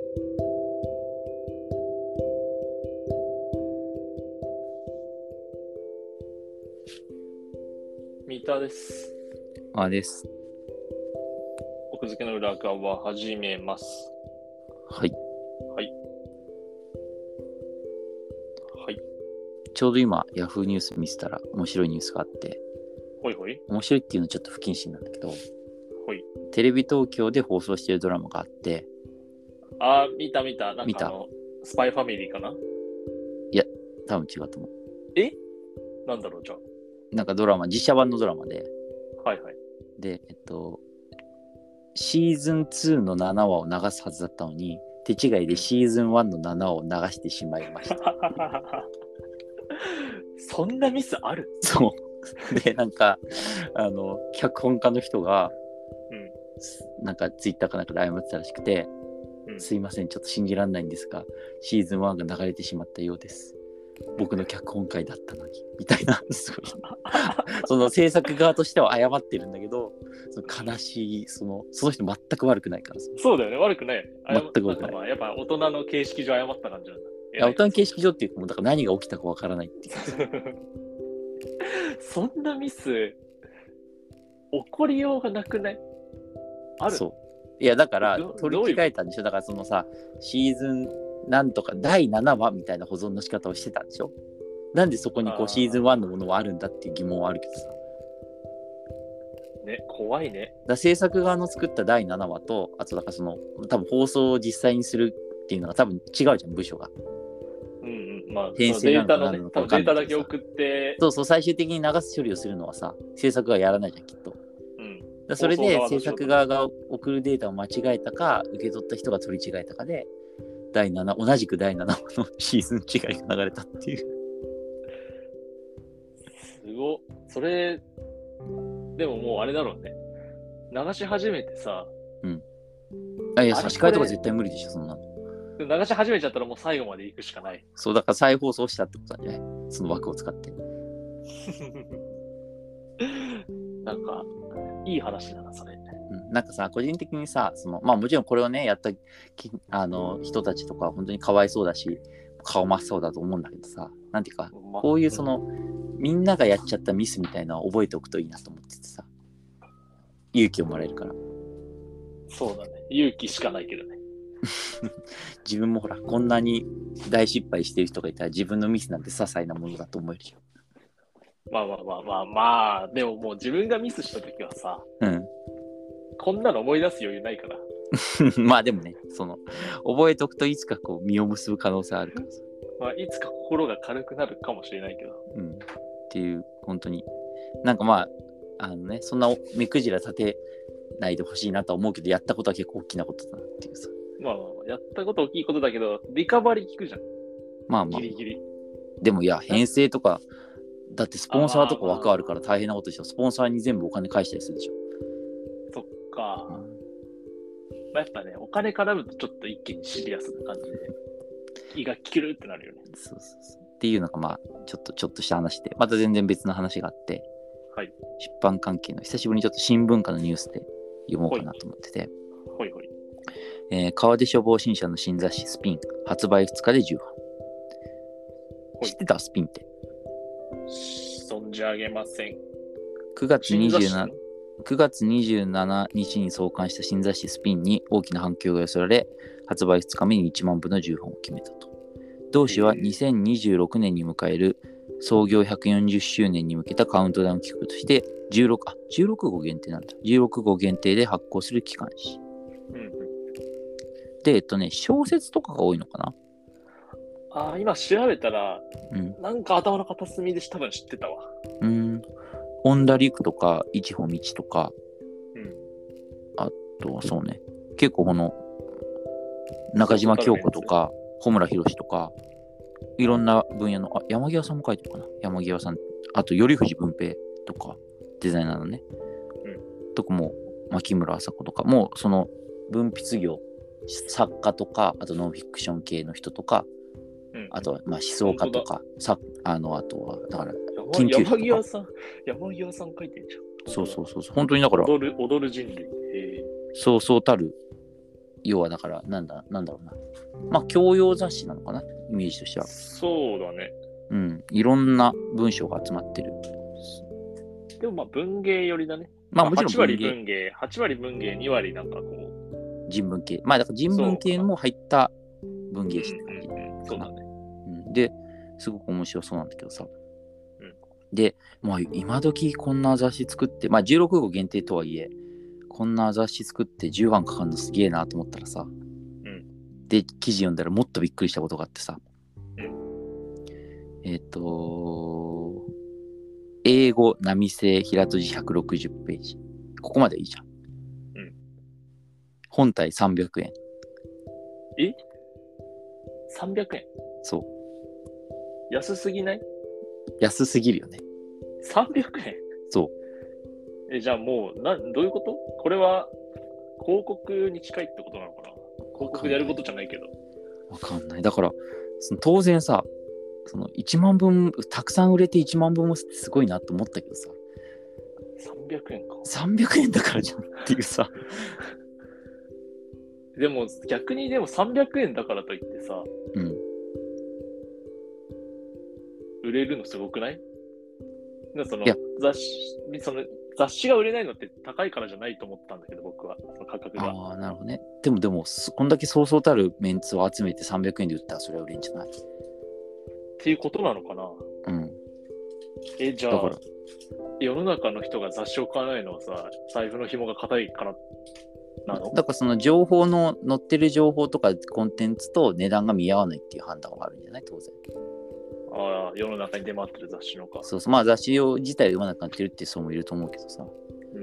三田です。 です。 奥付けの裏側始めます。 はい。 はい。はい。 ちょうど今、ヤフーニュース見せたら面白いニュースがあって、 ほいほい。 面白いっていうのはちょっと不謹慎なんだけど、 ほい。 テレビ東京で放送しているドラマがあって、 見た。なんかスパイファミリーかな？ いや、多分違うと思う。 なんだろう、じゃあ。 なんか実写版のドラマで、 はいはい。 で、シーズン2の7話を流すはずだったのに、手違いでシーズン1の7話を流してしまいました。 そんなミスある？ そう。で、なんか、脚本家の人が、なんかツイッターかなんかで謝ってたらしくて、すいません、ちょっと信じられないんですが、シーズン1が流れてしまったようです。僕の脚本会だったのに、みたいな、すごい。その制作側としては謝ってるんだけど、その悲しい、その人全く悪くないから。 そうだよね、悪くない。 全く悪くない。 まあやっぱ大人の形式上謝った感じなんだ。 いや、大人の形式上っていうか、もうだから何が起きたかわからないっていう。 そんなミス、起こりようがなくない？ある？ そう。いや、だから、取り違えたんでしょ。だからそのさ、シーズンなんとか第7話みたいな保存の仕方をしてたんでしょ。なんでそこにこうシーズン1のものはあるんだっていう疑問はあるけどさ。 ね、怖いね。 だ制作側の作った第7話と、あとだからその多分放送を実際にするっていうのが多分違うじゃん、部署が。 まあ、 編成なのか何なのか分かんないけどさ。 データだけ送って。 そう、最終的に流す処理をするのはさ、制作がやらないじゃん、きっと。だそれで制作側が送るデータを間違えたか、受け取った人が取り違えたかで、同じく第7話のシーズン違いが流れたっていう。 すごっ。それ、でももうあれだろうね。流し始めてさ。 いや、差し替えとか絶対無理でしょ、そんなの。 流し始めちゃったらもう最後まで行くしかない。 そう、だから再放送したってことなんじゃない？その枠を使って。 なんか、いい話だな、それ。 なんかさ、個人的にさ、まあもちろんこれをね、やった人たちとかは本当にかわいそうだし、顔真っ青だと思うんだけどさ、なんていうか、こういうみんながやっちゃったミスみたいなのを覚えておくといいなと思っててさ、勇気をもらえるから。 そうだね。勇気しかないけどね。 自分もほら、こんなに大失敗してる人がいたら自分のミスなんて些細なものだと思えるじゃん。 まあ、でももう自分がミスしたときはさ、こんなの思い出す余裕ないから。 まあでもね、覚えておくといつかこう実を結ぶ可能性あるからさ。 まあ、いつか心が軽くなるかもしれないけど。 っていう、本当に。なんかまあ、そんな目くじら立てないでほしいなとは思うけど、やったことは結構大きなことだなっていうさ。 まあ、やったこと大きいことだけど、リカバリー効くじゃん。 まあ。 ギリギリ。でもいや、編成とか、だってスポンサーとか枠あるから大変なことでしょ。スポンサーに全部お金返したりするでしょ。 そっか。やっぱね、お金絡むとちょっと一気にシリアスな感じで、気が切るってなるよね。 そう。っていうのがまあ、ちょっとした話で、また全然別の話があって、出版関係の久しぶりにちょっと新聞化のニュースで読もうかなと思ってて、川出処方新社の新雑誌スピン発売2日で重版。知ってた？スピンって。 存じ上げません。 9月27日に創刊した新雑誌スピンに大きな反響が寄せられ、発売2日目に1万部の重版を決めたと。同誌は2026年に迎える創業140周年に向けたカウントダウン企画として16号限定なんだ。16号限定で発行する機関誌。で、小説とかが多いのかな？今調べたら、なんか頭の片隅で多分知ってたわ。 本田陸とか、一歩道とか、あとはそうね、結構この、中島京子とか、穂村弘とか、いろんな分野の、山際さんも書いてるかな。山際さん、あと、頼藤文平とか、デザイナーのね。とかも、牧村麻子とか、もうその文筆業、作家とか、あとノンフィクション系の人とか、あとはまあ思想家とか、あとは、だから、 研究者とか。山際さん書いてるじゃん。 そう。本当にだから、 踊る人類。 そうたる要はだからなんだろうな。まあ教養雑誌なのかな、イメージとしては。 そうだね。 うん。いろんな文章が集まってる。 でもまあ文芸寄りだね。 まあもちろん 8割文芸、8割文芸、2割なんかこう。 人文系。まあだから人文系も入った文芸誌って感じかな。 そうだね。 で、すごく面白そうなんだけどさ。 うん、 で、まあ今時こんな雑誌作って、まあ16号限定とはいえ、こんな雑誌作って10万かかるのすげえなと思ったらさ、で、記事読んだらもっとびっくりしたことがあってさ、英語、波性、平綴じ160ページ。ここまでいいじゃん。本体300円。 え ?300 円？ そう。 安すぎない？ 安すぎるよね。 300円？ そう。 じゃあもう、どういうこと？これは広告に近いってことなのかな？広告でやることじゃないけど。 わかんない。だから、当然さ、その1万分、たくさん売れて1万分もってすごいなと思ったけどさ。 300円か。 300円だからじゃんっていうさ。 でも逆にでも300円だからといってさ、売れるのすごくない？その雑誌が売れないのって高いからじゃないと思ったんだけど、僕はその価格が。 ああ、なるほどね。でもこんだけそうそうたるメンツを集めて300円で売ったらそれは売れんじゃない？ っていうことなのかな。じゃあだから世の中の人が雑誌を買わないのはさ、財布の紐が硬いからなの？ だからその情報の載ってる情報とかコンテンツと値段が見合わないっていう判断はあるんじゃない？当然。 ああ、世の中に出回ってる雑誌のか。 そうそう。まあ雑誌自体が読まなくなってるって人もいると思うけどさ。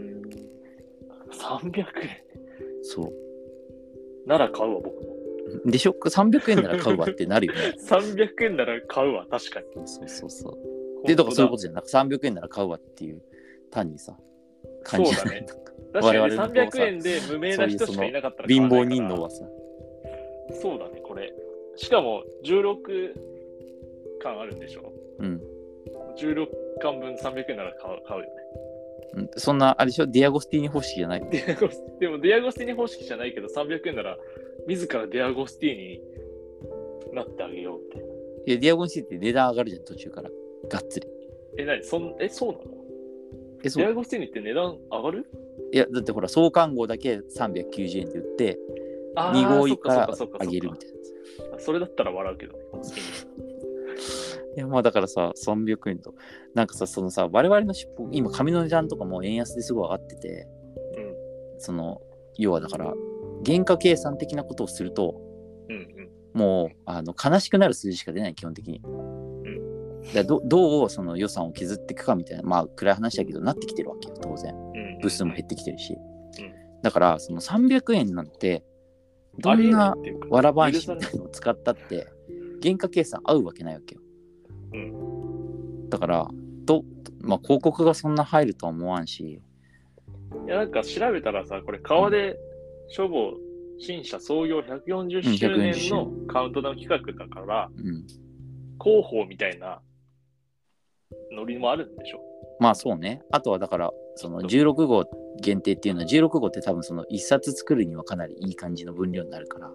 300円。 そう。 なら買うわ、僕も。 でしょ？ 300 円なら買うわってなるよね。 300円なら買うわ、確かに。 で、だからそういうことじゃん。なんか300円なら買うわっていう、単にさ、感じ。 そうだね。確かに300円で無名な人しかいなかったら買わないから。 貧乏人のはさ。 そうだね、これ。しかも16巻あるんでしょ？16巻分300円なら買うよね。 そんな、あれでしょ？ディアゴスティーニ方式じゃない？ でもディアゴスティーニ方式じゃないけど、300円なら自らディアゴスティーニになってあげようみたいな。 いや、ディアゴスティーニって値段上がるじゃん、途中から。がっつり。 そうなの？ディアゴスティーニって値段上がる？ いや、だってほら、創刊号だけ390円で売って、2号以から上げるみたいな。それだったら笑うけどね。 いや、まあだからさ、300円と。なんかさ、そのさ、我々の今、紙の値段とかも円安ですごい上がってて、要はだから、原価計算的なことをすると、もう悲しくなる数字しか出ない、基本的に。だどうその予算を削っていくかみたいな、まあ暗い話だけどなってきてるわけよ、当然。部数も減ってきてるし。だからその300円なんてどんなわらばんしみたいなのを使ったって原価計算合うわけないわけよ。だからまあ広告がそんな入るとは思わんし。 いやなんか調べたらさ、これ川出書房新社創業140周年のカウントダウン企画だから、広報みたいなノリもあるんでしょ。 まあそうね。あとはだからその16号限定っていうのは16号って多分その1冊作るにはかなりいい感じの分量になるから、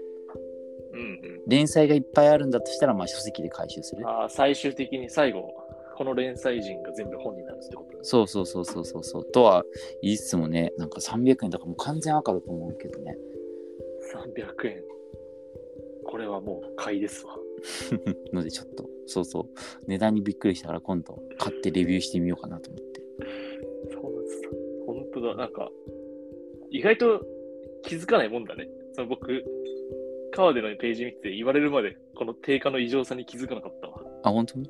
連載がいっぱいあるんだとしたらまあ書籍で回収する。 最終的に最後この連載人が全部本になるってこと。 そうとは言いつつもね、なんか300円だからもう完全赤だと思うけどね。 300円。これはもう買いですわ。 のでちょっと値段にびっくりしたから今度買ってレビューしてみようかなと思って。 そうです。本当だ。なんか意外と気づかないもんだね。僕川出のページ見て言われるまでこの定価の異常さに気づかなかったわ。 本当に？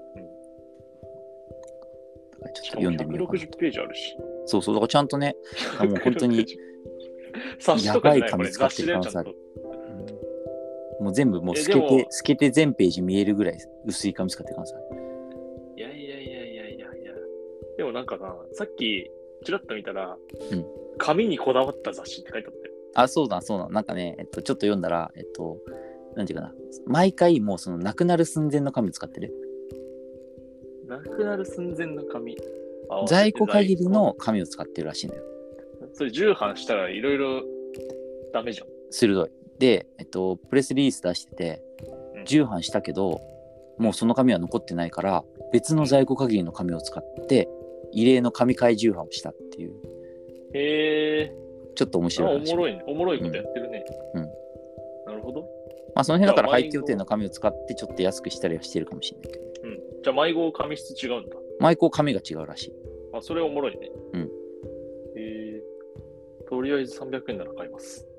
ちょっと読んでみようかな。 160ページあるし。 だからちゃんとね、もう本当にやばい紙使ってる可能性ある。もう全部もう透けて全ページ見えるぐらい薄い紙使ってください。 いや。でもなんかな、さっきちらっと見たら、紙にこだわった雑誌って書いてあったよ。 そうだ。なんかね、ちょっと読んだら、なんていうかな、毎回もうその亡くなる寸前の紙使ってる。 亡くなる寸前の紙。 在庫限りの紙を使ってるらしいのよ。 それ重版したらいろいろダメじゃん。 鋭い。で、プレスリリース出してて、重版したけど、もうその紙は残ってないから、別の在庫限りの紙を使って、異例の紙替え重版をしたっていう。 へちょっと面白い話。 おもろいね。おもろいことやってるね。なるほど。 まあその辺だから廃棄予定の紙を使ってちょっと安くしたりはしてるかもしれないけど。 じゃあ毎号紙質違うんだ。 毎号紙が違うらしい。 それおもろいね。とりあえず300円なら買います。